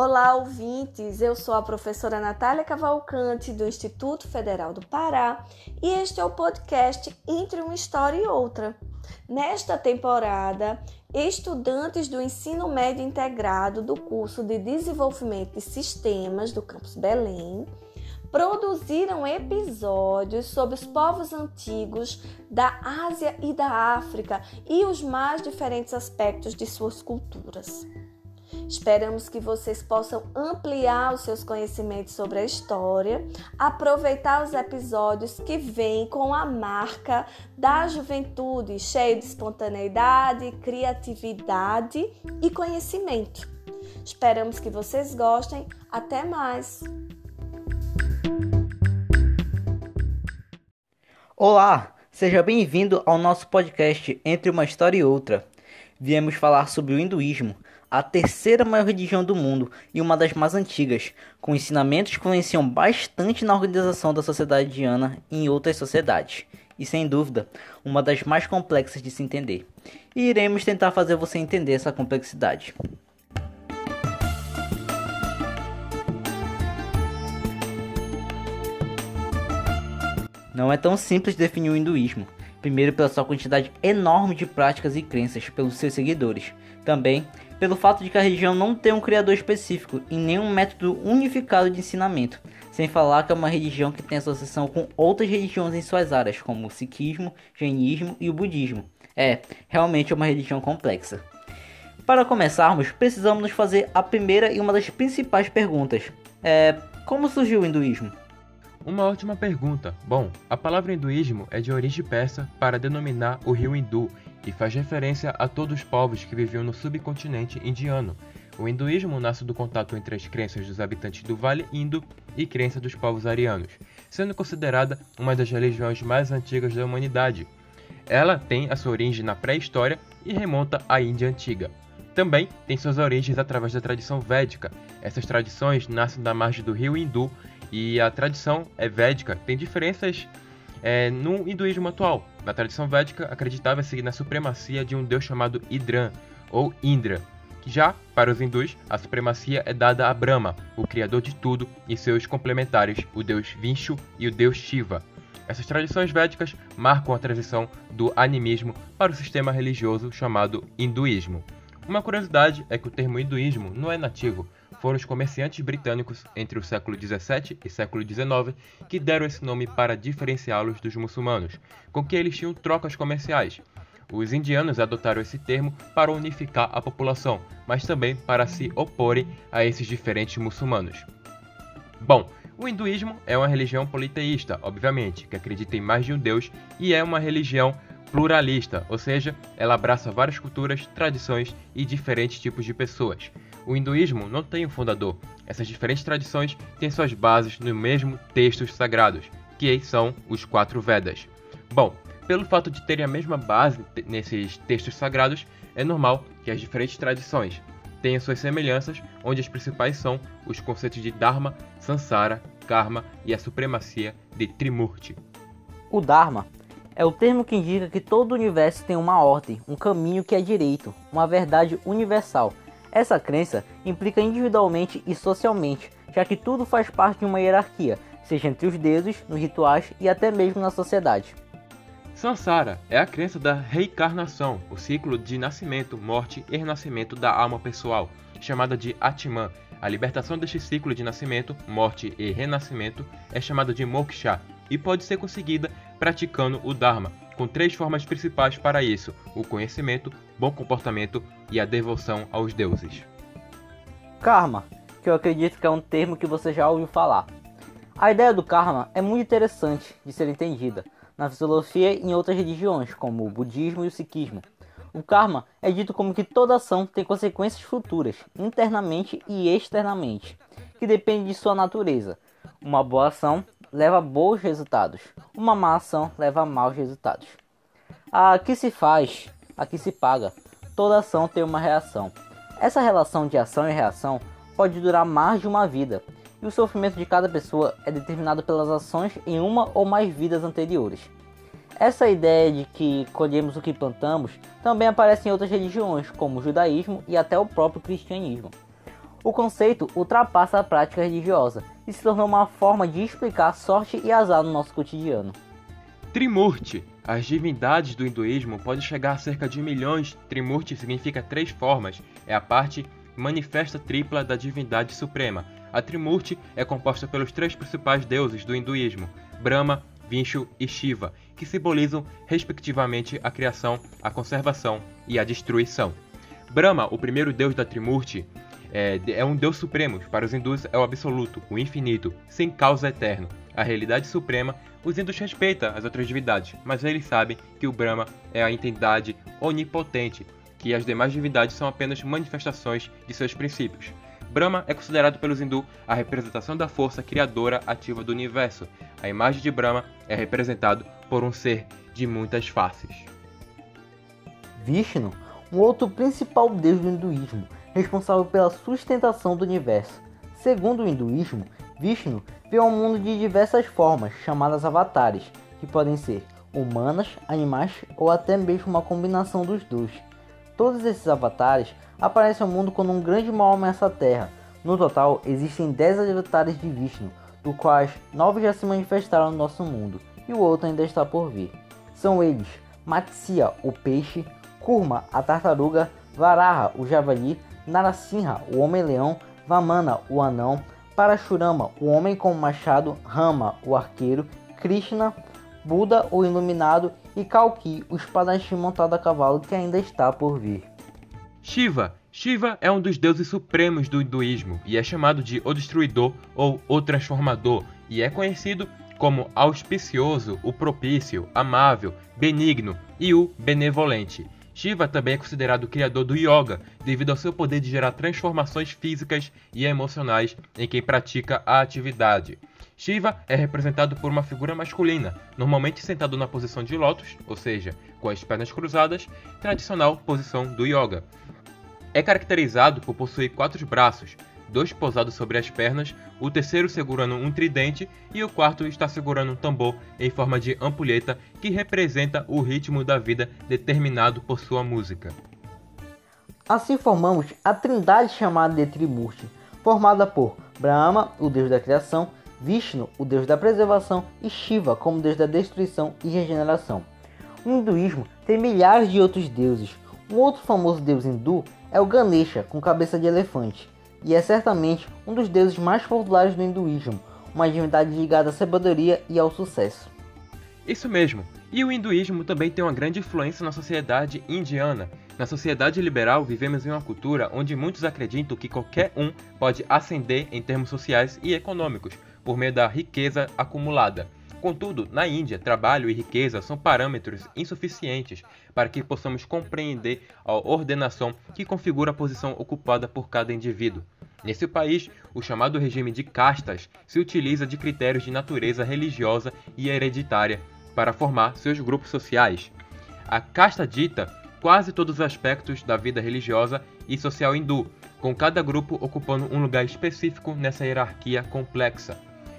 Olá, ouvintes! Eu sou a professora Natália Cavalcante, do Instituto Federal do Pará, e este é o podcast Entre uma História e Outra. Nesta temporada, estudantes do Ensino Médio Integrado do curso de Desenvolvimento de Sistemas do Campus Belém produziram episódios sobre os povos antigos da Ásia e da África e os mais diferentes aspectos de suas culturas. Esperamos que vocês possam ampliar os seus conhecimentos sobre a história, aproveitar os episódios que vêm com a marca da juventude, cheio de espontaneidade, criatividade e conhecimento. Esperamos que vocês gostem. Até mais! Olá, seja bem-vindo ao nosso podcast Entre uma História e Outra. Viemos falar sobre o hinduísmo, a terceira maior religião do mundo e uma das mais antigas, com ensinamentos que influenciam bastante na organização da sociedade indiana e em outras sociedades, e sem dúvida, uma das mais complexas de se entender. E iremos tentar fazer você entender essa complexidade. Não é tão simples definir o hinduísmo, primeiro pela sua quantidade enorme de práticas e crenças pelos seus seguidores, também pelo fato de que a religião não tem um criador específico e nenhum método unificado de ensinamento, sem falar que é uma religião que tem associação com outras religiões em suas áreas, como o sikhismo, jainismo e o budismo. Realmente é uma religião complexa. Para começarmos, precisamos nos fazer a primeira e uma das principais perguntas. Como surgiu o hinduísmo? Uma ótima pergunta. Bom, a palavra hinduísmo é de origem persa para denominar o rio Hindu e faz referência a todos os povos que viviam no subcontinente indiano. O hinduísmo nasce do contato entre as crenças dos habitantes do Vale Indo e crenças dos povos arianos, sendo considerada uma das religiões mais antigas da humanidade. Ela tem a sua origem na pré-história e remonta à Índia Antiga. Também tem suas origens através da tradição védica. Essas tradições nascem da margem do rio Hindu e a tradição védica tem diferenças no hinduísmo atual. Na tradição védica, acreditava-se na supremacia de um deus chamado Idran, ou Indra. Já, para os hindus, a supremacia é dada a Brahma, o criador de tudo, e seus complementares, o deus Vishnu e o deus Shiva. Essas tradições védicas marcam a transição do animismo para o sistema religioso chamado hinduísmo. Uma curiosidade é que o termo hinduísmo não é nativo. Foram os comerciantes britânicos entre o século XVII e século XIX que deram esse nome para diferenciá-los dos muçulmanos, com que eles tinham trocas comerciais. Os indianos adotaram esse termo para unificar a população, mas também para se oporem a esses diferentes muçulmanos. Bom, o hinduísmo é uma religião politeísta, obviamente, que acredita em mais de um deus e é uma religião pluralista, ou seja, ela abraça várias culturas, tradições e diferentes tipos de pessoas. O hinduísmo não tem um fundador. Essas diferentes tradições têm suas bases no mesmo textos sagrados, que são os 4 Vedas. Bom, pelo fato de terem a mesma base nesses textos sagrados, é normal que as diferentes tradições tenham suas semelhanças, onde as principais são os conceitos de Dharma, Samsara, Karma e a supremacia de Trimurti. O Dharma é o termo que indica que todo o universo tem uma ordem, um caminho que é direito, uma verdade universal. Essa crença implica individualmente e socialmente, já que tudo faz parte de uma hierarquia, seja entre os deuses, nos rituais e até mesmo na sociedade. Samsara é a crença da reencarnação, o ciclo de nascimento, morte e renascimento da alma pessoal, chamada de Atman. A libertação deste ciclo de nascimento, morte e renascimento é chamada de Moksha e pode ser conseguida praticando o Dharma, com 3 formas principais para isso: o conhecimento, bom comportamento e a devoção aos deuses. Karma, que eu acredito que é um termo que você já ouviu falar. A ideia do karma é muito interessante de ser entendida na filosofia e em outras religiões, como o budismo e o sikhismo. O karma é dito como que toda ação tem consequências futuras, internamente e externamente, que depende de sua natureza. Uma boa ação leva a bons resultados, uma má ação leva a maus resultados. Aqui se faz, aqui se paga, toda ação tem uma reação. Essa relação de ação e reação pode durar mais de uma vida, e o sofrimento de cada pessoa é determinado pelas ações em uma ou mais vidas anteriores. Essa ideia de que colhemos o que plantamos também aparece em outras religiões, como o judaísmo e até o próprio cristianismo. O conceito ultrapassa a prática religiosa e se tornou uma forma de explicar sorte e azar no nosso cotidiano. Trimurti. As divindades do hinduísmo podem chegar a cerca de milhões. Trimurti significa 3 formas. É a parte manifesta tripla da divindade suprema. A Trimurti é composta pelos 3 principais deuses do hinduísmo, Brahma, Vishnu e Shiva, que simbolizam respectivamente a criação, a conservação e a destruição. Brahma, o primeiro deus da Trimurti, é um deus supremo. Para os hindus é o absoluto, o infinito, sem causa eterno. A realidade suprema, os hindus respeitam as outras divindades, mas eles sabem que o Brahma é a entidade onipotente, que as demais divindades são apenas manifestações de seus princípios. Brahma é considerado pelos hindus a representação da força criadora ativa do universo. A imagem de Brahma é representada por um ser de muitas faces. Vishnu, um outro principal deus do hinduísmo, responsável pela sustentação do universo. Segundo o hinduísmo, Vishnu vê o mundo de diversas formas, chamadas avatares, que podem ser humanas, animais ou até mesmo uma combinação dos dois. Todos esses avatares aparecem ao mundo quando um grande mal ameaça a Terra. No total, existem 10 avatares de Vishnu, dos quais 9 já se manifestaram no nosso mundo, e o outro ainda está por vir. São eles Matsya, o peixe, Kurma, a tartaruga, Varaha, o javali, Narasimha, o homem-leão, Vamana, o anão, Parashurama, o homem com machado, Rama, o arqueiro, Krishna, Buda, o iluminado, e Kalki, o espadachim montado a cavalo que ainda está por vir. Shiva. Shiva é um dos deuses supremos do hinduísmo e é chamado de o Destruidor ou o Transformador, e é conhecido como auspicioso, o propício, amável, benigno e o benevolente. Shiva também é considerado o criador do yoga, devido ao seu poder de gerar transformações físicas e emocionais em quem pratica a atividade. Shiva é representado por uma figura masculina, normalmente sentado na posição de lótus, ou seja, com as pernas cruzadas, tradicional posição do yoga. É caracterizado por possuir 4 braços, 2 pousados sobre as pernas, o terceiro segurando um tridente e o quarto está segurando um tambor em forma de ampulheta que representa o ritmo da vida determinado por sua música. Assim formamos a trindade chamada de Trimurti, formada por Brahma, o deus da criação, Vishnu, o deus da preservação, e Shiva como deus da destruição e regeneração. O hinduísmo tem milhares de outros deuses. Um outro famoso deus hindu é o Ganesha, com cabeça de elefante, e é certamente um dos deuses mais populares do hinduísmo, uma divindade ligada à sabedoria e ao sucesso. Isso mesmo, e o hinduísmo também tem uma grande influência na sociedade indiana. Na sociedade liberal, vivemos em uma cultura onde muitos acreditam que qualquer um pode ascender em termos sociais e econômicos, por meio da riqueza acumulada. Contudo, na Índia, trabalho e riqueza são parâmetros insuficientes para que possamos compreender a ordenação que configura a posição ocupada por cada indivíduo. Nesse país, o chamado regime de castas se utiliza de critérios de natureza religiosa e hereditária para formar seus grupos sociais. A casta dita quase todos os aspectos da vida religiosa e social hindu, com cada grupo ocupando um lugar específico nessa hierarquia complexa.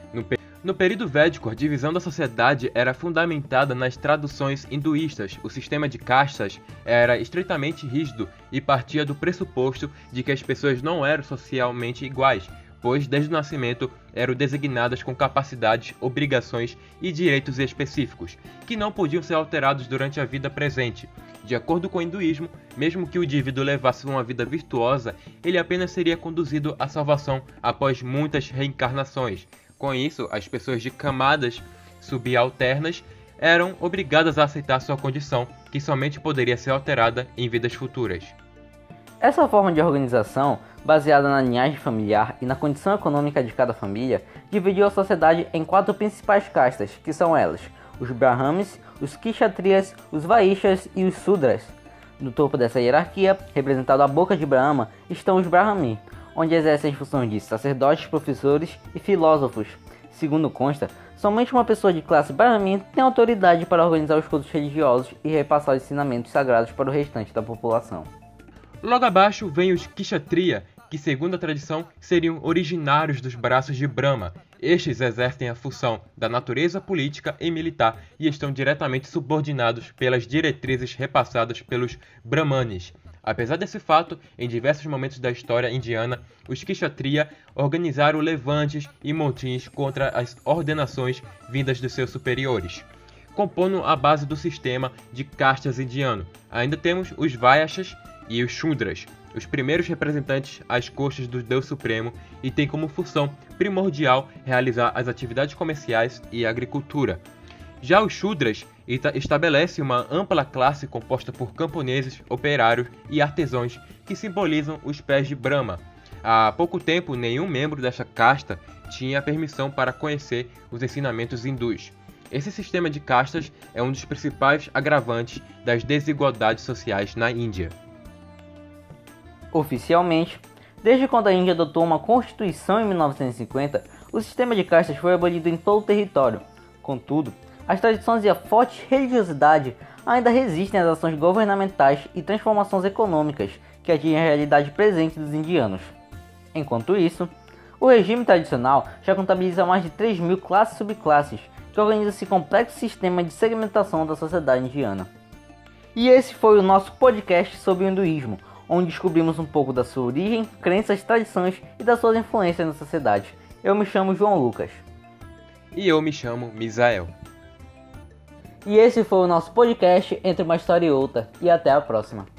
No período védico, a divisão da sociedade era fundamentada nas traduções hinduístas. O sistema de castas era estritamente rígido e partia do pressuposto de que as pessoas não eram socialmente iguais, pois desde o nascimento eram designadas com capacidades, obrigações e direitos específicos, que não podiam ser alterados durante a vida presente. De acordo com o hinduísmo, mesmo que o indivíduo levasse uma vida virtuosa, ele apenas seria conduzido à salvação após muitas reencarnações. Com isso, as pessoas de camadas subalternas eram obrigadas a aceitar sua condição, que somente poderia ser alterada em vidas futuras. Essa forma de organização, baseada na linhagem familiar e na condição econômica de cada família, dividiu a sociedade em 4 principais castas, que são elas: os Brahmanes, os Kshatriyas, os Vaishyas e os Sudras. No topo dessa hierarquia, representado a boca de Brahma, estão os Brahmin, onde exercem as funções de sacerdotes, professores e filósofos. Segundo consta, somente uma pessoa de classe Brahmin tem autoridade para organizar os cultos religiosos e repassar os ensinamentos sagrados para o restante da população. Logo abaixo vem os Kshatriya, que segundo a tradição seriam originários dos braços de Brahma. Estes exercem a função da natureza política e militar e estão diretamente subordinados pelas diretrizes repassadas pelos Brahmanes. Apesar desse fato, em diversos momentos da história indiana, os Kshatriya organizaram levantes e motins contra as ordenações vindas dos seus superiores, compondo a base do sistema de castas indiano. Ainda temos os Vaishyas e os Shudras, os primeiros representantes às costas do Deus Supremo, e têm como função primordial realizar as atividades comerciais e a agricultura. Já os Shudras estabelecem uma ampla classe composta por camponeses, operários e artesãos que simbolizam os pés de Brahma. Há pouco tempo, nenhum membro desta casta tinha permissão para conhecer os ensinamentos hindus. Esse sistema de castas é um dos principais agravantes das desigualdades sociais na Índia. Oficialmente, desde quando a Índia adotou uma constituição em 1950, o sistema de castas foi abolido em todo o território. Contudo, as tradições e a forte religiosidade ainda resistem às ações governamentais e transformações econômicas que atingem a realidade presente dos indianos. Enquanto isso, o regime tradicional já contabiliza mais de 3.000 classes e subclasses, que organizam esse complexo sistema de segmentação da sociedade indiana. E esse foi o nosso podcast sobre o hinduísmo, onde descobrimos um pouco da sua origem, crenças, tradições e das suas influências na sociedade. Eu me chamo João Lucas. E eu me chamo Misael. E esse foi o nosso podcast Entre uma História e Outra. E até a próxima.